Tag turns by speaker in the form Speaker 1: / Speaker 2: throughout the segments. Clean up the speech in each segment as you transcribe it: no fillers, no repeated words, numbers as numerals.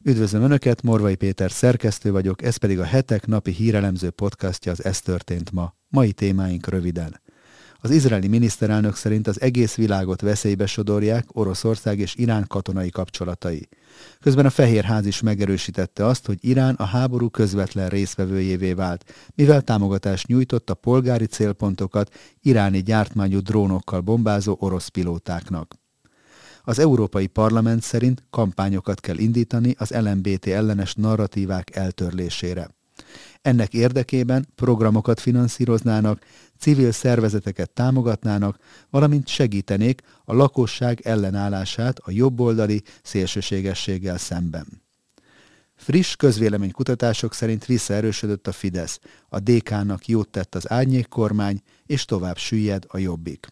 Speaker 1: Üdvözlöm Önöket, Morvai Péter szerkesztő vagyok, ez pedig a Hetek napi hírelemző podcastja, az Ez történt ma. Mai témáink röviden. Az izraeli miniszterelnök szerint az egész világot veszélybe sodorják Oroszország és Irán katonai kapcsolatai. Közben a Fehérház is megerősítette azt, hogy Irán a háború közvetlen résztvevőjévé vált, mivel támogatást nyújtott a polgári célpontokat iráni gyártmányú drónokkal bombázó orosz pilótáknak. Az Európai Parlament szerint kampányokat kell indítani az LMBT ellenes narratívák eltörlésére. Ennek érdekében programokat finanszíroznának, civil szervezeteket támogatnának, valamint segítenék a lakosság ellenállását a jobboldali szélsőségességgel szemben. Friss közvéleménykutatások szerint visszaerősödött a Fidesz, a DK-nak jót tett az árnyékkormány, és tovább süllyed a Jobbik.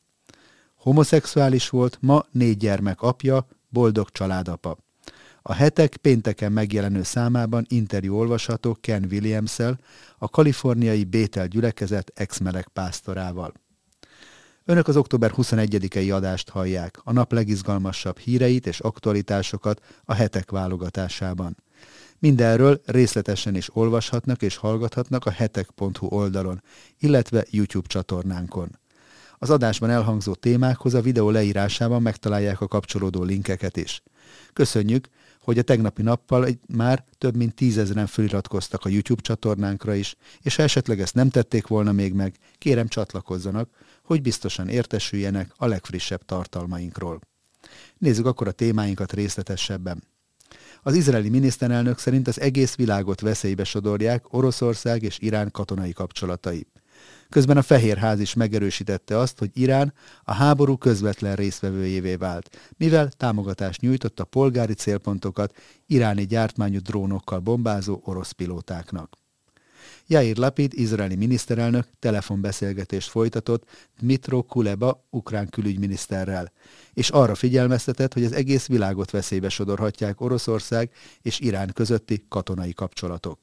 Speaker 1: Homoszexuális volt, ma 4 gyermek apja, boldog családapa. A Hetek pénteken megjelenő számában interjú olvasható Ken Williams-szel, a kaliforniai Bétel gyülekezet ex-meleg pásztorával. Önök az október 21-i adást hallják, a nap legizgalmasabb híreit és aktualitásokat a Hetek válogatásában. Mindenről részletesen is olvashatnak és hallgathatnak a hetek.hu oldalon, illetve YouTube csatornánkon. Az adásban elhangzó témákhoz a videó leírásában megtalálják a kapcsolódó linkeket is. Köszönjük, hogy a tegnapi nappal már több mint 10 000-en feliratkoztak a YouTube csatornánkra is, és ha esetleg ezt nem tették volna még meg, kérem csatlakozzanak, hogy biztosan értesüljenek a legfrissebb tartalmainkról. Nézzük akkor a témáinkat részletesebben. Az izraeli miniszterelnök szerint az egész világot veszélybe sodorják Oroszország és Irán katonai kapcsolatai. Közben a Fehérház is megerősítette azt, hogy Irán a háború közvetlen résztvevőjévé vált, mivel támogatást nyújtott a polgári célpontokat iráni gyártmányú drónokkal bombázó orosz pilótáknak. Jair Lapid, izraeli miniszterelnök telefonbeszélgetést folytatott Dmytro Kuleba ukrán külügyminiszterrel, és arra figyelmeztetett, hogy az egész világot veszélybe sodorhatják Oroszország és Irán közötti katonai kapcsolatok.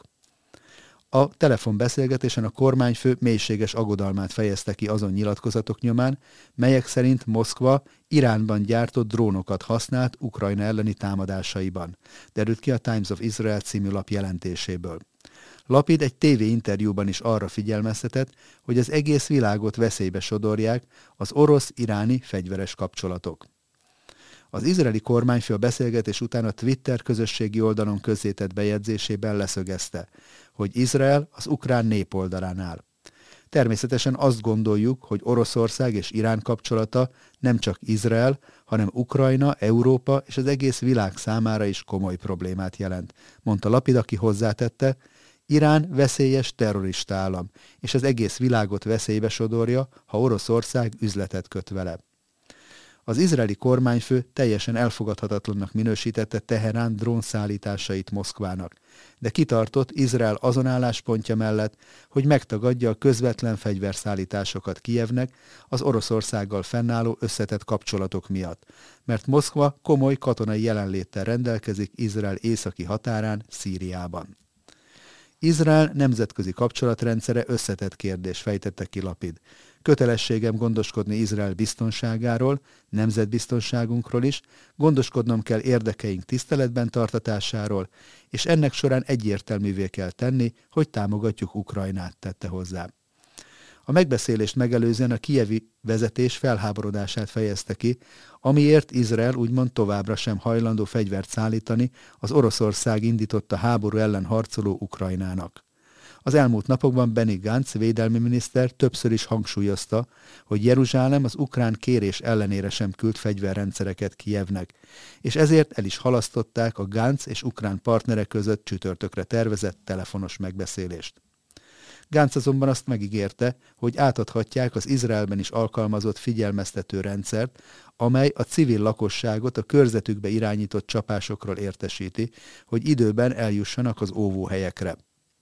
Speaker 1: A telefonbeszélgetésen a kormányfő mélységes aggodalmát fejezte ki azon nyilatkozatok nyomán, melyek szerint Moszkva Iránban gyártott drónokat használt Ukrajna elleni támadásaiban, derült ki a Times of Israel című lap jelentéséből. Lapid egy tévéinterjúban is arra figyelmeztetett, hogy az egész világot veszélybe sodorják az orosz-iráni fegyveres kapcsolatok. Az izraeli kormányfő a beszélgetés után a Twitter közösségi oldalon közzétett bejegyzésében leszögezte, hogy Izrael az ukrán nép oldalán áll. Természetesen azt gondoljuk, hogy Oroszország és Irán kapcsolata nem csak Izrael, hanem Ukrajna, Európa és az egész világ számára is komoly problémát jelent, mondta Lapid, aki hozzátette, Irán veszélyes terrorista állam, és az egész világot veszélybe sodorja, ha Oroszország üzletet köt vele. Az izraeli kormányfő teljesen elfogadhatatlannak minősítette Teherán drónszállításait Moszkvának, de kitartott Izrael azon álláspontja mellett, hogy megtagadja a közvetlen fegyverszállításokat Kijevnek az Oroszországgal fennálló összetett kapcsolatok miatt, mert Moszkva komoly katonai jelenléttel rendelkezik Izrael északi határán, Szíriában. Izrael nemzetközi kapcsolatrendszere összetett kérdés, fejtette ki Lapid. Kötelességem gondoskodni Izrael biztonságáról, nemzetbiztonságunkról is, gondoskodnom kell érdekeink tiszteletben tartatásáról, és ennek során egyértelművé kell tenni, hogy támogatjuk Ukrajnát, tette hozzá. A megbeszélést megelőzően a kijevi vezetés felháborodását fejezte ki, amiért Izrael úgymond továbbra sem hajlandó fegyvert szállítani az Oroszország indította háború ellen harcoló Ukrajnának. Az elmúlt napokban Benny Gantz védelmi miniszter többször is hangsúlyozta, hogy Jeruzsálem az ukrán kérés ellenére sem küld fegyverrendszereket Kijevnek, és ezért el is halasztották a Gantz és ukrán partnerek között csütörtökre tervezett telefonos megbeszélést. Gantz azonban azt megígérte, hogy átadhatják az Izraelben is alkalmazott figyelmeztető rendszert, amely a civil lakosságot a körzetükbe irányított csapásokról értesíti, hogy időben eljussanak az óvóhelyekre.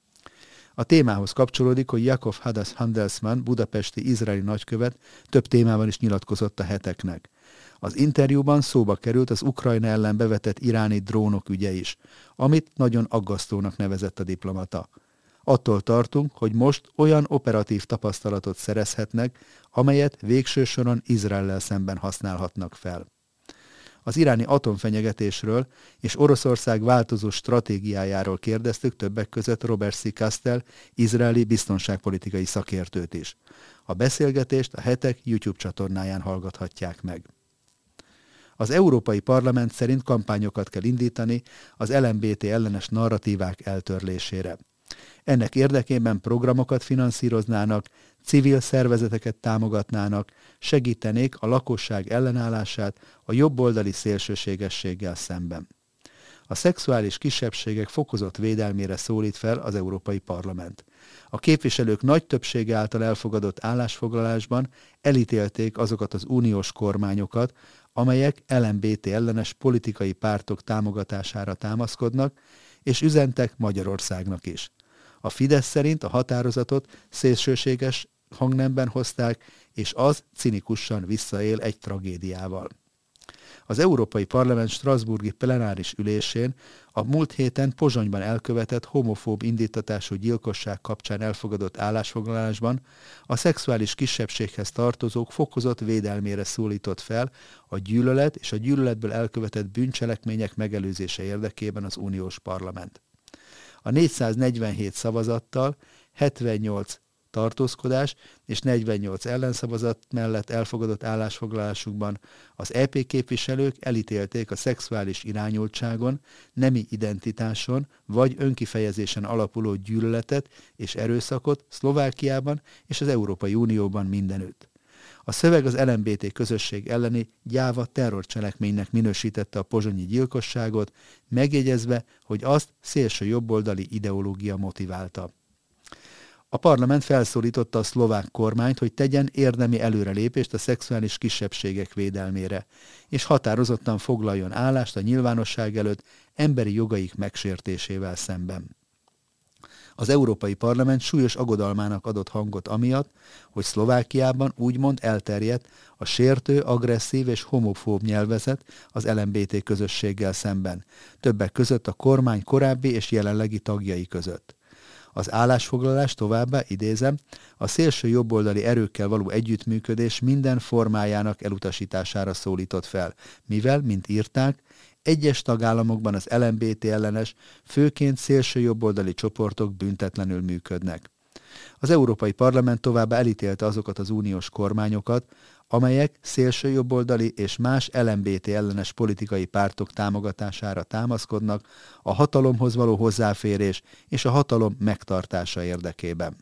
Speaker 1: A témához kapcsolódik, hogy Yakov Hadas Handelsman, budapesti izraeli nagykövet több témában is nyilatkozott a Heteknek. Az interjúban szóba került az Ukrajna ellen bevetett iráni drónok ügye is, amit nagyon aggasztónak nevezett a diplomata. Attól tartunk, hogy most olyan operatív tapasztalatot szerezhetnek, amelyet végső soron Izraellel szemben használhatnak fel. Az iráni atomfenyegetésről és Oroszország változó stratégiájáról kérdeztük többek között Robert C. Castell, izraeli biztonságpolitikai szakértőt is. A beszélgetést a Hetek YouTube csatornáján hallgathatják meg. Az Európai Parlament szerint kampányokat kell indítani az LMBT ellenes narratívák eltörlésére. Ennek érdekében programokat finanszíroznának, civil szervezeteket támogatnának, segítenék a lakosság ellenállását a jobboldali szélsőségességgel szemben. A szexuális kisebbségek fokozott védelmére szólít fel az Európai Parlament. A képviselők nagy többsége által elfogadott állásfoglalásban elítélték azokat az uniós kormányokat, amelyek LMBT ellenes politikai pártok támogatására támaszkodnak, és üzentek Magyarországnak is. A Fidesz szerint a határozatot szélsőséges hangnemben hozták, és az cinikusan visszaél egy tragédiával. Az Európai Parlament strasbourgi plenáris ülésén a múlt héten Pozsonyban elkövetett homofób indíttatású gyilkosság kapcsán elfogadott állásfoglalásban a szexuális kisebbséghez tartozók fokozott védelmére szólított fel a gyűlölet és a gyűlöletből elkövetett bűncselekmények megelőzése érdekében az uniós parlament. A 447 szavazattal 78 tartózkodás és 48 ellenszavazat mellett elfogadott állásfoglalásukban az EP képviselők elítélték a szexuális irányultságon, nemi identitáson vagy önkifejezésen alapuló gyűlöletet és erőszakot Szlovákiában és az Európai Unióban mindenütt. A szöveg az LMBT közösség elleni gyáva terrorcselekménynek minősítette a pozsonyi gyilkosságot, megjegyezve, hogy azt szélső jobboldali ideológia motiválta. A parlament felszólította a szlovák kormányt, hogy tegyen érdemi előrelépést a szexuális kisebbségek védelmére, és határozottan foglaljon állást a nyilvánosság előtt emberi jogaik megsértésével szemben. Az Európai Parlament súlyos aggodalmának adott hangot amiatt, hogy Szlovákiában úgymond elterjedt a sértő, agresszív és homofób nyelvezet az LMBT közösséggel szemben, többek között a kormány korábbi és jelenlegi tagjai között. Az állásfoglalás továbbá, idézem, a szélső jobboldali erőkkel való együttműködés minden formájának elutasítására szólított fel, mivel, mint írták, egyes tagállamokban az LMBT ellenes, főként szélső jobboldali csoportok büntetlenül működnek. Az Európai Parlament továbbá elítélte azokat az uniós kormányokat, amelyek szélső jobboldali és más LMBT ellenes politikai pártok támogatására támaszkodnak a hatalomhoz való hozzáférés és a hatalom megtartása érdekében.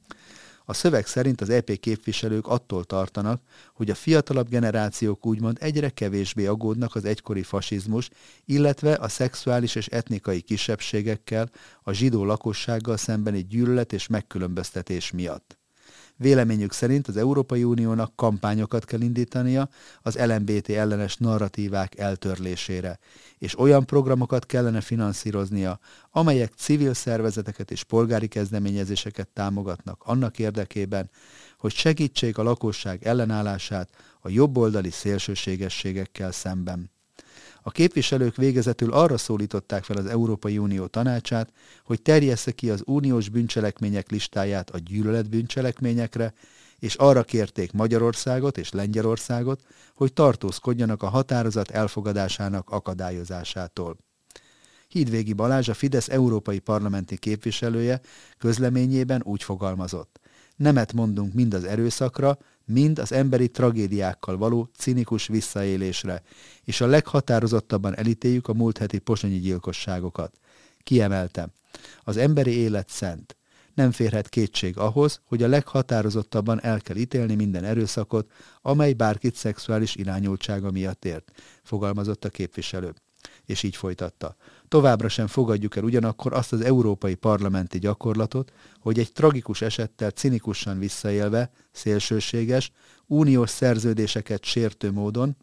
Speaker 1: A szöveg szerint az EP képviselők attól tartanak, hogy a fiatalabb generációk úgymond egyre kevésbé aggódnak az egykori fasizmus, illetve a szexuális és etnikai kisebbségekkel, a zsidó lakossággal szembeni gyűlölet és megkülönböztetés miatt. Véleményük szerint az Európai Uniónak kampányokat kell indítania az LMBT ellenes narratívák eltörlésére, és olyan programokat kellene finanszíroznia, amelyek civil szervezeteket és polgári kezdeményezéseket támogatnak annak érdekében, hogy segítsék a lakosság ellenállását a jobboldali szélsőségességekkel szemben. A képviselők végezetül arra szólították fel az Európai Unió tanácsát, hogy terjessze ki az uniós bűncselekmények listáját a gyűlölet bűncselekményekre, és arra kérték Magyarországot és Lengyelországot, hogy tartózkodjanak a határozat elfogadásának akadályozásától. Hídvégi Balázs, a Fidesz európai parlamenti képviselője közleményében úgy fogalmazott: nemet mondunk mind az erőszakra, mind az emberi tragédiákkal való cinikus visszaélésre, és a leghatározottabban elítéljük a múlt heti pozsonyi gyilkosságokat. Kiemelte: az emberi élet szent. Nem férhet kétség ahhoz, hogy a leghatározottabban el kell ítélni minden erőszakot, amely bárkit szexuális irányultsága miatt ért, fogalmazott a képviselő. És így folytatta: továbbra sem fogadjuk el ugyanakkor azt az európai parlamenti gyakorlatot, hogy egy tragikus esettel cinikusan visszaélve, szélsőséges, uniós szerződéseket sértő módon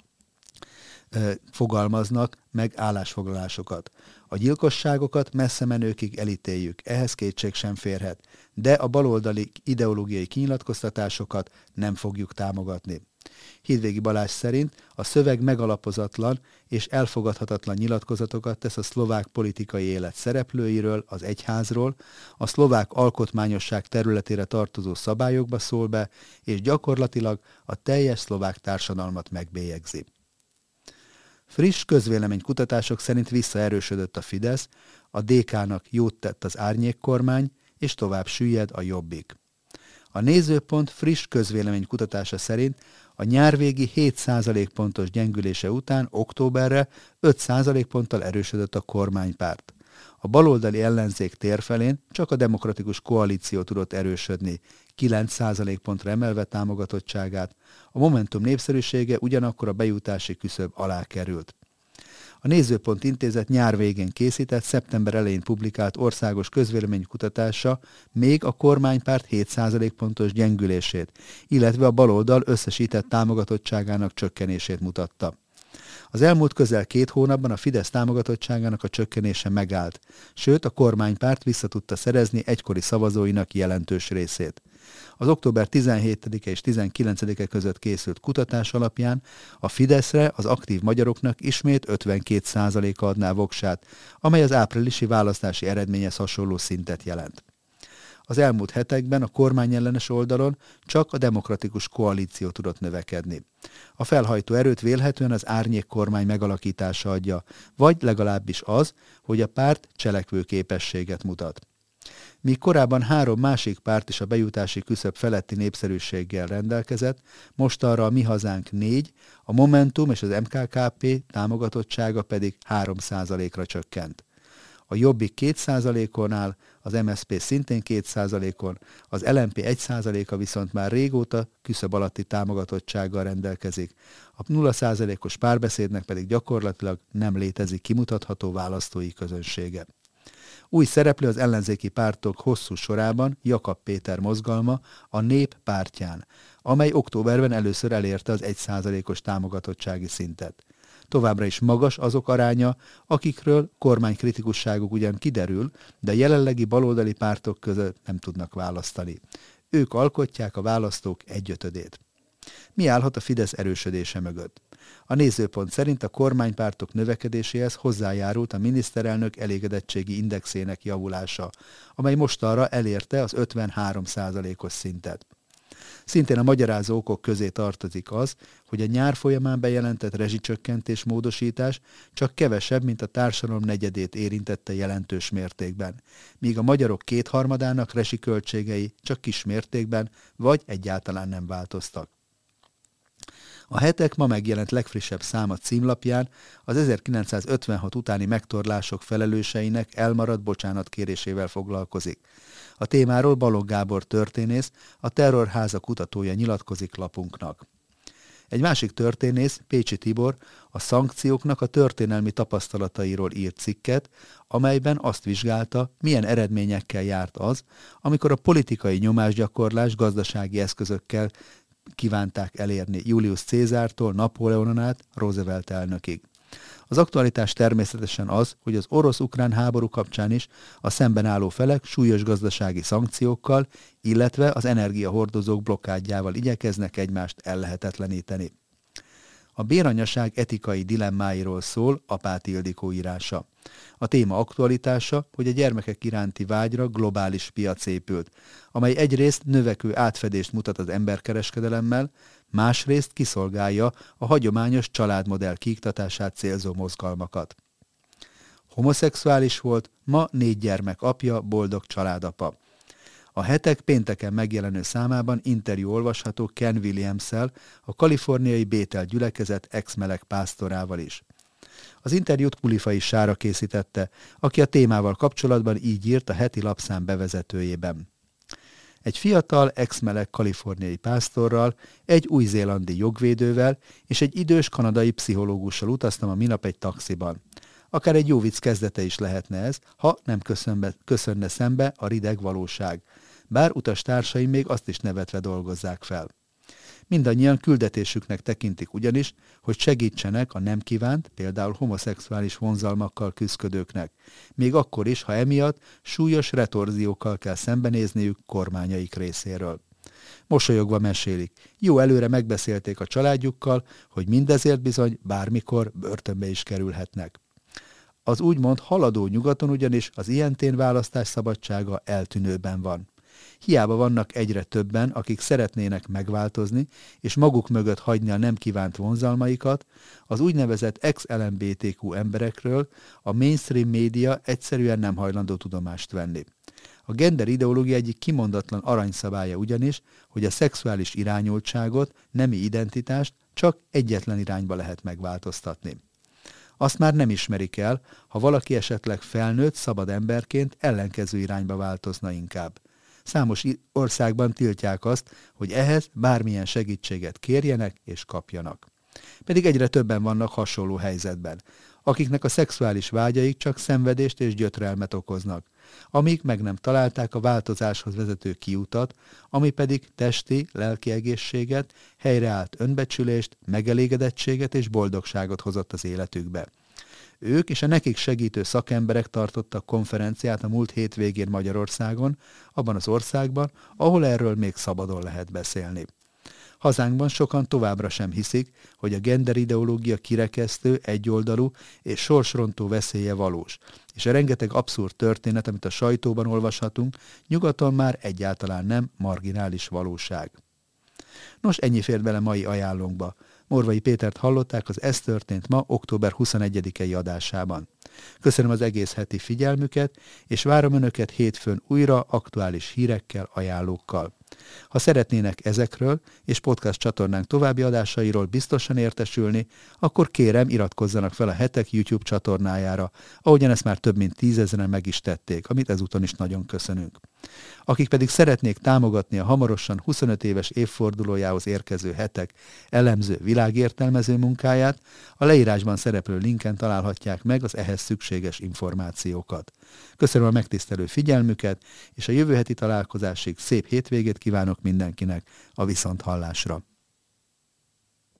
Speaker 1: fogalmaznak meg állásfoglalásokat. A gyilkosságokat messze menőkig elítéljük, ehhez kétség sem férhet, de a baloldali ideológiai kinyilatkoztatásokat nem fogjuk támogatni. Hídvégi Balázs szerint a szöveg megalapozatlan és elfogadhatatlan nyilatkozatokat tesz a szlovák politikai élet szereplőiről, az egyházról, a szlovák alkotmányosság területére tartozó szabályokba szól be, és gyakorlatilag a teljes szlovák társadalmat megbélyegzi. Friss közvéleménykutatások szerint visszaerősödött a Fidesz, a DK-nak jót tett az árnyékkormány, és tovább süllyed a Jobbik. A Nézőpont friss közvéleménykutatása szerint a nyárvégi 7% pontos gyengülése után októberre 5% ponttal erősödött a kormánypárt. A baloldali ellenzék térfelén csak a Demokratikus Koalíció tudott erősödni, 9% pontra emelve támogatottságát, a Momentum népszerűsége ugyanakkor a bejutási küszöb alá került. A Nézőpont Intézet nyár végén készített, szeptember elején publikált országos közvéleménykutatása még a kormánypárt 7% pontos gyengülését, illetve a baloldal összesített támogatottságának csökkenését mutatta. Az elmúlt közel 2 hónapban a Fidesz támogatottságának a csökkenése megállt, sőt a kormánypárt vissza tudta szerezni egykori szavazóinak jelentős részét. Az október 17-e és 19-e között készült kutatás alapján a Fideszre az aktív magyaroknak ismét 52%-a adná voksát, amely az áprilisi választási eredményhez hasonló szintet jelent. Az elmúlt hetekben a kormányellenes oldalon csak a Demokratikus Koalíció tudott növekedni. A felhajtó erőt vélhetően az árnyék kormány megalakítása adja, vagy legalábbis az, hogy a párt cselekvőképességet mutat. Míg korábban 3 másik párt is a bejutási küszöb feletti népszerűséggel rendelkezett, mostanra a Mi Hazánk 4, a Momentum és az MKKP támogatottsága pedig 3%-ra csökkent. A Jobbik 2%-on áll, az MSZP szintén 2%-on, az LMP 1%-a viszont már régóta küszöb alatti támogatottsággal rendelkezik. A 0%-os Párbeszédnek pedig gyakorlatilag nem létezik kimutatható választói közönsége. Új szereplő az ellenzéki pártok hosszú sorában Jakab Péter mozgalma, a Nép pártján, amely októberben először elérte az 1%-os támogatottsági szintet. Továbbra is magas azok aránya, akikről kormánykritikusságuk ugyan kiderül, de a jelenlegi baloldali pártok között nem tudnak választani. Ők alkotják a választók 1/5-ét. Mi állhat a Fidesz erősödése mögött? A Nézőpont szerint a kormánypártok növekedéséhez hozzájárult a miniszterelnök elégedettségi indexének javulása, amely mostanra elérte az 53%-os szintet. Szintén a magyarázó okok közé tartozik az, hogy a nyár folyamán bejelentett rezsicsökkentés módosítás csak kevesebb, mint a társadalom negyedét érintette jelentős mértékben, míg a magyarok 2/3-ának rezsiköltségei csak kis mértékben vagy egyáltalán nem változtak. A Hetek ma megjelent legfrissebb száma címlapján az 1956 utáni megtorlások felelőseinek elmaradt bocsánatkérésével foglalkozik. A témáról Balogh Gábor történész, a Terrorháza kutatója nyilatkozik lapunknak. Egy másik történész, Pécsi Tibor, a szankcióknak a történelmi tapasztalatairól írt cikket, amelyben azt vizsgálta, milyen eredményekkel járt az, amikor a politikai nyomásgyakorlás gazdasági eszközökkel kívánták elérni Julius Cézártól Napóleonon át Roosevelt elnökig. Az aktualitás természetesen az, hogy az orosz-ukrán háború kapcsán is a szemben álló felek súlyos gazdasági szankciókkal, illetve az energiahordozók blokkádjával igyekeznek egymást ellehetetleníteni. A béranyaság etikai dilemmáiról szól Apáti Ildikó írása. A téma aktualitása, hogy a gyermekek iránti vágyra globális piac épült, amely egyrészt növekvő átfedést mutat az emberkereskedelemmel, másrészt kiszolgálja a hagyományos családmodell kiiktatását célzó mozgalmakat. Homoszexuális volt, ma 4 gyermek apja, boldog családapa. A Hetek pénteken megjelenő számában interjú olvasható Ken Williams-szel, a kaliforniai Bétel gyülekezet ex-meleg pásztorával is. Az interjút Kulifai Sára készítette, aki a témával kapcsolatban így írt a heti lapszám bevezetőjében. Egy fiatal ex-meleg kaliforniai pásztorral, egy új-zélandi jogvédővel és egy idős kanadai pszichológussal utaztam a minap egy taxiban. Akár egy jó vicc kezdete is lehetne ez, ha nem köszönne szembe a rideg valóság. Bár utastársaim még azt is nevetve dolgozzák fel. Mindannyian küldetésüknek tekintik ugyanis, hogy segítsenek a nem kívánt, például homoszexuális vonzalmakkal küszködőknek, még akkor is, ha emiatt súlyos retorziókkal kell szembenézniük kormányaik részéről. Mosolyogva mesélik, jó előre megbeszélték a családjukkal, hogy mindezért bizony bármikor börtönbe is kerülhetnek. Az úgymond haladó nyugaton ugyanis az ilyentén választás szabadsága eltűnőben van. Hiába vannak egyre többen, akik szeretnének megváltozni, és maguk mögött hagyni a nem kívánt vonzalmaikat, az úgynevezett ex-LMBTQ emberekről a mainstream média egyszerűen nem hajlandó tudomást venni. A gender ideológia egyik kimondatlan aranyszabálya ugyanis, hogy a szexuális irányultságot, nemi identitást csak egyetlen irányba lehet megváltoztatni. Azt már nem ismerik el, ha valaki esetleg felnőtt, szabad emberként ellenkező irányba változna inkább. Számos országban tiltják azt, hogy ehhez bármilyen segítséget kérjenek és kapjanak. Pedig egyre többen vannak hasonló helyzetben, akiknek a szexuális vágyaik csak szenvedést és gyötrelmet okoznak, amíg meg nem találták a változáshoz vezető kiutat, ami pedig testi, lelki egészséget, helyreállt önbecsülést, megelégedettséget és boldogságot hozott az életükbe. Ők és a nekik segítő szakemberek tartottak konferenciát a múlt hétvégén Magyarországon, abban az országban, ahol erről még szabadon lehet beszélni. Hazánkban sokan továbbra sem hiszik, hogy a genderideológia kirekesztő, egyoldalú és sorsrontó veszélye valós, és a rengeteg abszurd történet, amit a sajtóban olvashatunk, nyugaton már egyáltalán nem marginális valóság. Nos, ennyi fért bele mai ajánlónkba. Morvai Pétert hallották az Ez történt ma, október 21-i adásában. Köszönöm az egész heti figyelmüket, és várom Önöket hétfőn újra aktuális hírekkel, ajánlókkal. Ha szeretnének ezekről és podcast csatornánk további adásairól biztosan értesülni, akkor kérem, iratkozzanak fel a Hetek YouTube csatornájára, ahogyan ezt már több mint 10 000-en meg is tették, amit ezúton is nagyon köszönünk. Akik pedig szeretnék támogatni a hamarosan 25 éves évfordulójához érkező Hetek elemző, világértelmező munkáját, a leírásban szereplő linken találhatják meg az ehhez szükséges információkat. Köszönöm a megtisztelő figyelmüket, és a jövő heti találkozásig szép hétvégét kívánok mindenkinek, a viszonthallásra.